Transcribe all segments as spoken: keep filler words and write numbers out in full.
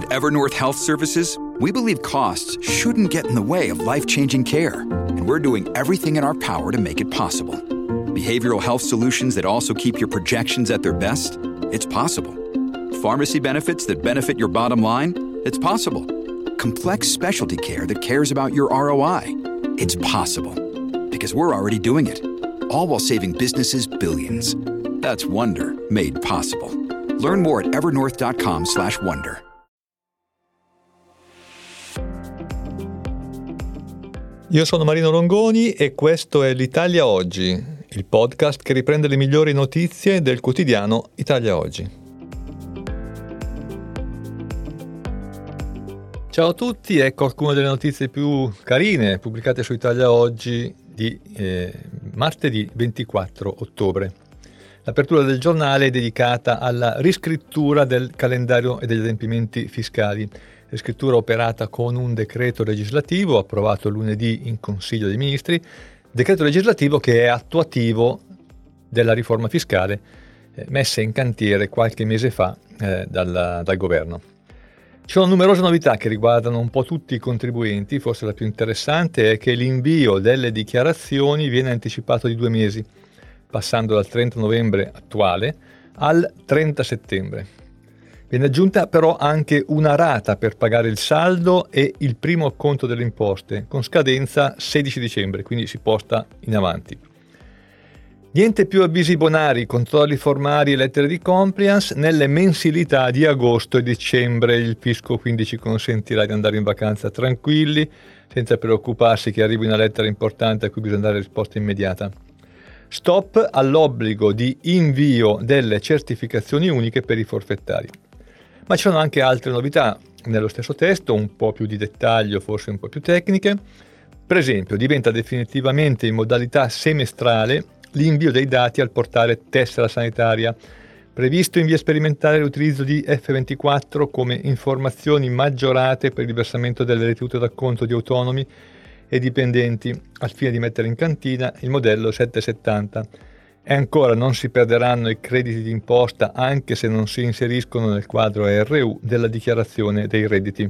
Evernorth Health Services, we believe costs shouldn't get in the way of life-changing care, and we're doing everything in our power to make it possible. Behavioral health solutions that also keep your projections at their best? It's possible. Pharmacy benefits that benefit your bottom line? It's possible. Complex specialty care that cares about your R O I? It's possible. Because we're already doing it. All while saving businesses billions. That's Wonder made possible. Learn more at evernorth.com slash wonder. Io sono Marino Longoni e questo è l'Italia Oggi, il podcast che riprende le migliori notizie del quotidiano Italia Oggi. Ciao a tutti, ecco alcune delle notizie più carine pubblicate su Italia Oggi di eh, martedì ventiquattro ottobre. L'apertura del giornale è dedicata alla riscrittura del calendario e degli adempimenti fiscali. Riscrittura operata con un decreto legislativo approvato lunedì in Consiglio dei Ministri, decreto legislativo che è attuativo della riforma fiscale eh, messa in cantiere qualche mese fa eh, dal, dal governo. Ci sono numerose novità che riguardano un po' tutti i contribuenti, forse la più interessante è che l'invio delle dichiarazioni viene anticipato di due mesi, passando dal trenta novembre attuale al trenta settembre. Viene aggiunta però anche una rata per pagare il saldo e il primo acconto delle imposte, con scadenza sedici dicembre, quindi si posta in avanti. Niente più avvisi bonari, controlli formali e lettere di compliance nelle mensilità di agosto e dicembre. Il fisco quindi ci consentirà di andare in vacanza tranquilli, senza preoccuparsi che arrivi una lettera importante a cui bisogna dare risposta immediata. Stop all'obbligo di invio delle certificazioni uniche per i forfettari. Ma ci sono anche altre novità nello stesso testo, un po' più di dettaglio, forse un po' più tecniche. Per esempio, diventa definitivamente in modalità semestrale l'invio dei dati al portale Tessera Sanitaria, previsto in via sperimentale l'utilizzo di effe ventiquattro come informazioni maggiorate per il versamento delle ritenute d'acconto di autonomi e dipendenti, al fine di mettere in cantina il modello settecentosettanta. E ancora non si perderanno i crediti d'imposta anche se non si inseriscono nel quadro erre u della dichiarazione dei redditi.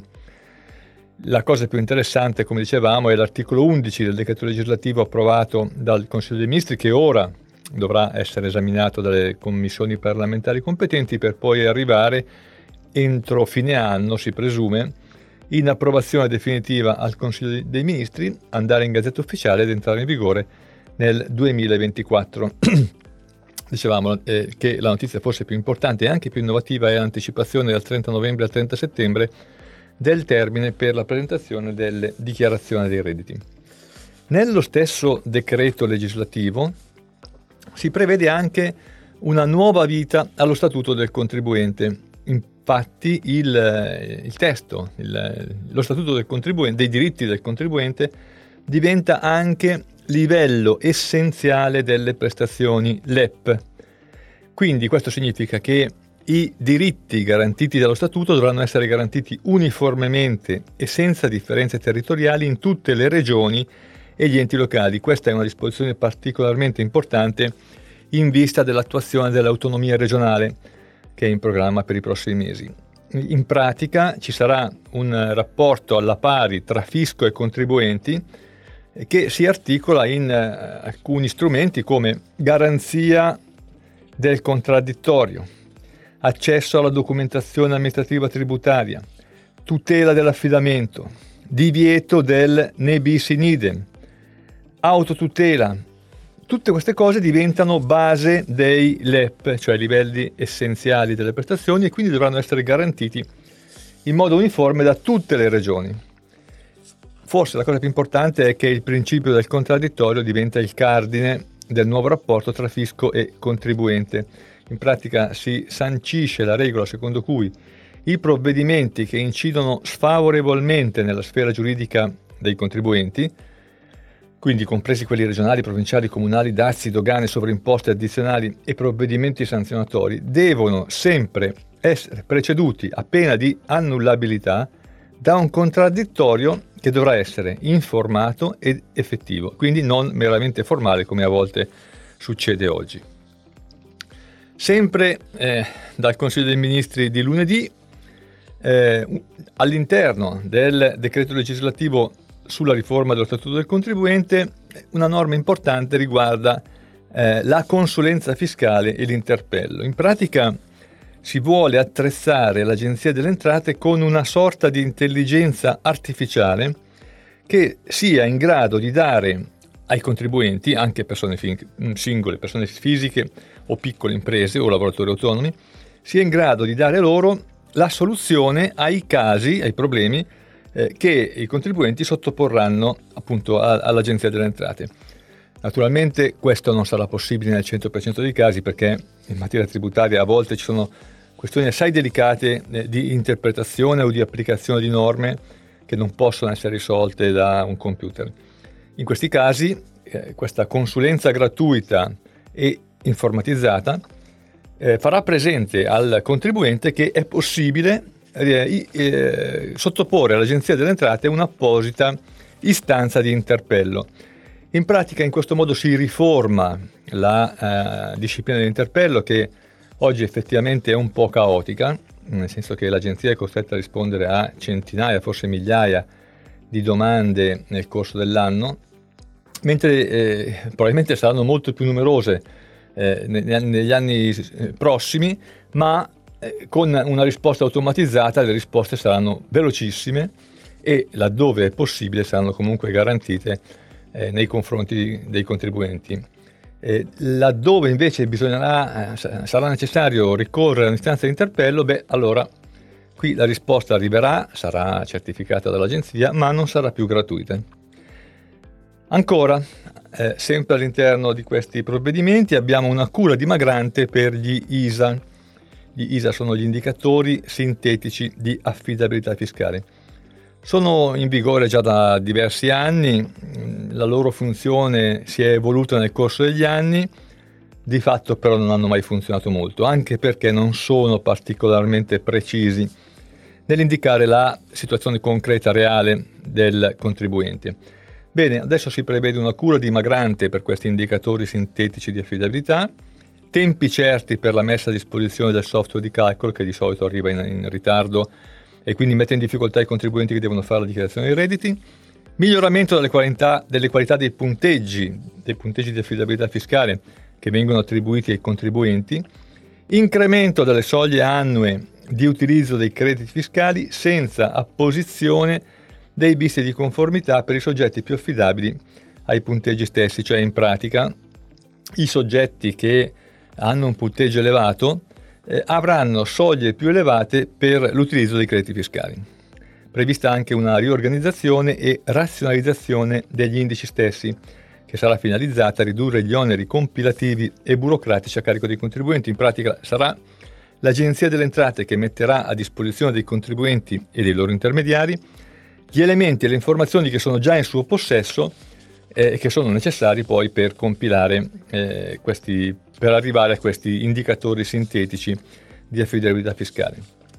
La cosa più interessante, come dicevamo, è l'articolo undici del decreto legislativo approvato dal Consiglio dei Ministri, che ora dovrà essere esaminato dalle commissioni parlamentari competenti per poi arrivare entro fine anno, si presume, in approvazione definitiva al Consiglio dei Ministri, andare in Gazzetta Ufficiale ed entrare in vigore nel duemilaventiquattro. Dicevamo eh, che la notizia forse più importante e anche più innovativa è l'anticipazione dal trenta novembre al trenta settembre del termine per la presentazione delle dichiarazioni dei redditi. Nello stesso decreto legislativo si prevede anche una nuova vita allo statuto del contribuente. Infatti il, il testo, il, lo statuto del contribuente, dei diritti del contribuente, diventa anche livello essenziale delle prestazioni L E P. Quindi questo significa che i diritti garantiti dallo Statuto dovranno essere garantiti uniformemente e senza differenze territoriali in tutte le regioni e gli enti locali. Questa è una disposizione particolarmente importante in vista dell'attuazione dell'autonomia regionale che è in programma per i prossimi mesi. In pratica ci sarà un rapporto alla pari tra fisco e contribuenti che si articola in uh, alcuni strumenti come garanzia del contraddittorio, accesso alla documentazione amministrativa tributaria, tutela dell'affidamento, divieto del ne bis in idem, autotutela. Tutte queste cose diventano base dei L E P, cioè livelli essenziali delle prestazioni, e quindi dovranno essere garantiti in modo uniforme da tutte le regioni. Forse la cosa più importante è che il principio del contraddittorio diventa il cardine del nuovo rapporto tra fisco e contribuente. In pratica si sancisce la regola secondo cui i provvedimenti che incidono sfavorevolmente nella sfera giuridica dei contribuenti, quindi compresi quelli regionali, provinciali, comunali, dazi, dogane, sovrimposte addizionali e provvedimenti sanzionatori, devono sempre essere preceduti a pena di annullabilità da un contraddittorio che dovrà essere informato ed effettivo, quindi non meramente formale come a volte succede oggi. Sempre eh, dal Consiglio dei Ministri di lunedì, eh, all'interno del decreto legislativo sulla riforma dello Statuto del Contribuente, una norma importante riguarda eh, la consulenza fiscale e l'interpello. In pratica si vuole attrezzare l'Agenzia delle Entrate con una sorta di intelligenza artificiale che sia in grado di dare ai contribuenti, anche persone fin- singole, persone fisiche o piccole imprese o lavoratori autonomi, sia in grado di dare loro la soluzione ai casi, ai problemi eh, che i contribuenti sottoporranno appunto a, all'Agenzia delle Entrate. Naturalmente questo non sarà possibile nel cento per cento dei casi, perché in materia tributaria a volte ci sono questioni assai delicate eh, di interpretazione o di applicazione di norme che non possono essere risolte da un computer. In questi casi eh, questa consulenza gratuita e informatizzata eh, farà presente al contribuente che è possibile eh, eh, sottoporre all'Agenzia delle Entrate un'apposita istanza di interpello. In pratica in questo modo si riforma la eh, disciplina dell'interpello, che oggi effettivamente è un po' caotica, nel senso che l'Agenzia è costretta a rispondere a centinaia, forse migliaia di domande nel corso dell'anno, mentre eh, probabilmente saranno molto più numerose eh, negli anni, negli anni prossimi, ma eh, con una risposta automatizzata le risposte saranno velocissime e laddove è possibile saranno comunque garantite eh, nei confronti dei contribuenti. Eh, laddove invece bisognerà, eh, sarà necessario ricorrere all'istanza di interpello, beh allora qui la risposta arriverà, sarà certificata dall'agenzia, ma non sarà più gratuita. Ancora, eh, sempre all'interno di questi provvedimenti abbiamo una cura dimagrante per gli I S A. Gli I S A sono gli indicatori sintetici di affidabilità fiscale. Sono in vigore già da diversi anni, la loro funzione si è evoluta nel corso degli anni, di fatto però non hanno mai funzionato molto, anche perché non sono particolarmente precisi nell'indicare la situazione concreta reale del contribuente. Bene, adesso si prevede una cura dimagrante per questi indicatori sintetici di affidabilità, tempi certi per la messa a disposizione del software di calcolo, che di solito arriva in, in ritardo e quindi mette in difficoltà i contribuenti che devono fare la dichiarazione dei redditi, miglioramento delle qualità, delle qualità dei punteggi, dei punteggi di affidabilità fiscale che vengono attribuiti ai contribuenti, incremento delle soglie annue di utilizzo dei crediti fiscali senza apposizione dei visti di conformità per i soggetti più affidabili ai punteggi stessi, cioè in pratica i soggetti che hanno un punteggio elevato eh, avranno soglie più elevate per l'utilizzo dei crediti fiscali. Prevista anche una riorganizzazione e razionalizzazione degli indici stessi, che sarà finalizzata a ridurre gli oneri compilativi e burocratici a carico dei contribuenti. In pratica sarà l'Agenzia delle Entrate che metterà a disposizione dei contribuenti e dei loro intermediari gli elementi e le informazioni che sono già in suo possesso e eh, che sono necessari poi per compilare eh, questi, per arrivare a questi indicatori sintetici di affidabilità fiscale.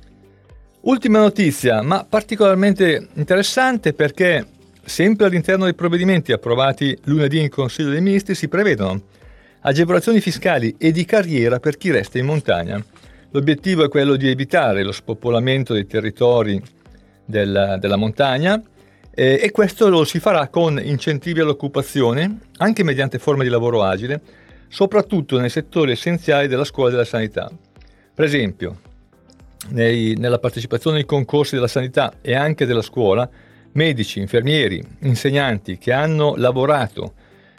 Ultima notizia, ma particolarmente interessante, perché sempre all'interno dei provvedimenti approvati lunedì in Consiglio dei Ministri si prevedono agevolazioni fiscali e di carriera per chi resta in montagna. L'obiettivo è quello di evitare lo spopolamento dei territori della, della montagna eh, e questo lo si farà con incentivi all'occupazione, anche mediante forme di lavoro agile, soprattutto nei settori essenziali della scuola e della sanità. Per esempio, nei, nella partecipazione ai concorsi della sanità e anche della scuola, medici, infermieri, insegnanti che hanno lavorato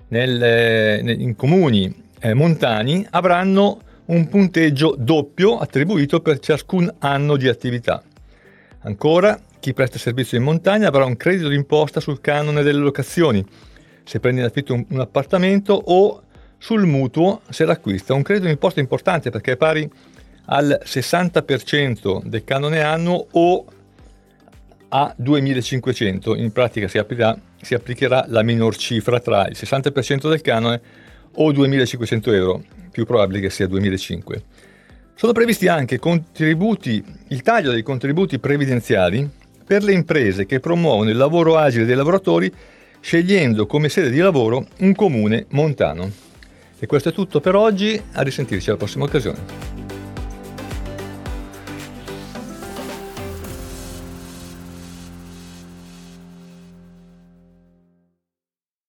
nel, in comuni eh, montani avranno un punteggio doppio attribuito per ciascun anno di attività. Ancora, chi presta servizio in montagna avrà un credito d'imposta sul canone delle locazioni, se prende in affitto un, un appartamento, o sul mutuo se l'acquista. Un credito d'imposta importante perché è pari al sessanta per cento del canone annuo o a duemilacinquecento. In pratica si applicherà, si applicherà la minor cifra tra il sessanta per cento del canone o duemilacinquecento euro, più probabile che sia duemilacinquecento. Sono previsti anche contributi, il taglio dei contributi previdenziali per le imprese che promuovono il lavoro agile dei lavoratori scegliendo come sede di lavoro un comune montano. E questo è tutto per oggi, a risentirci alla prossima occasione.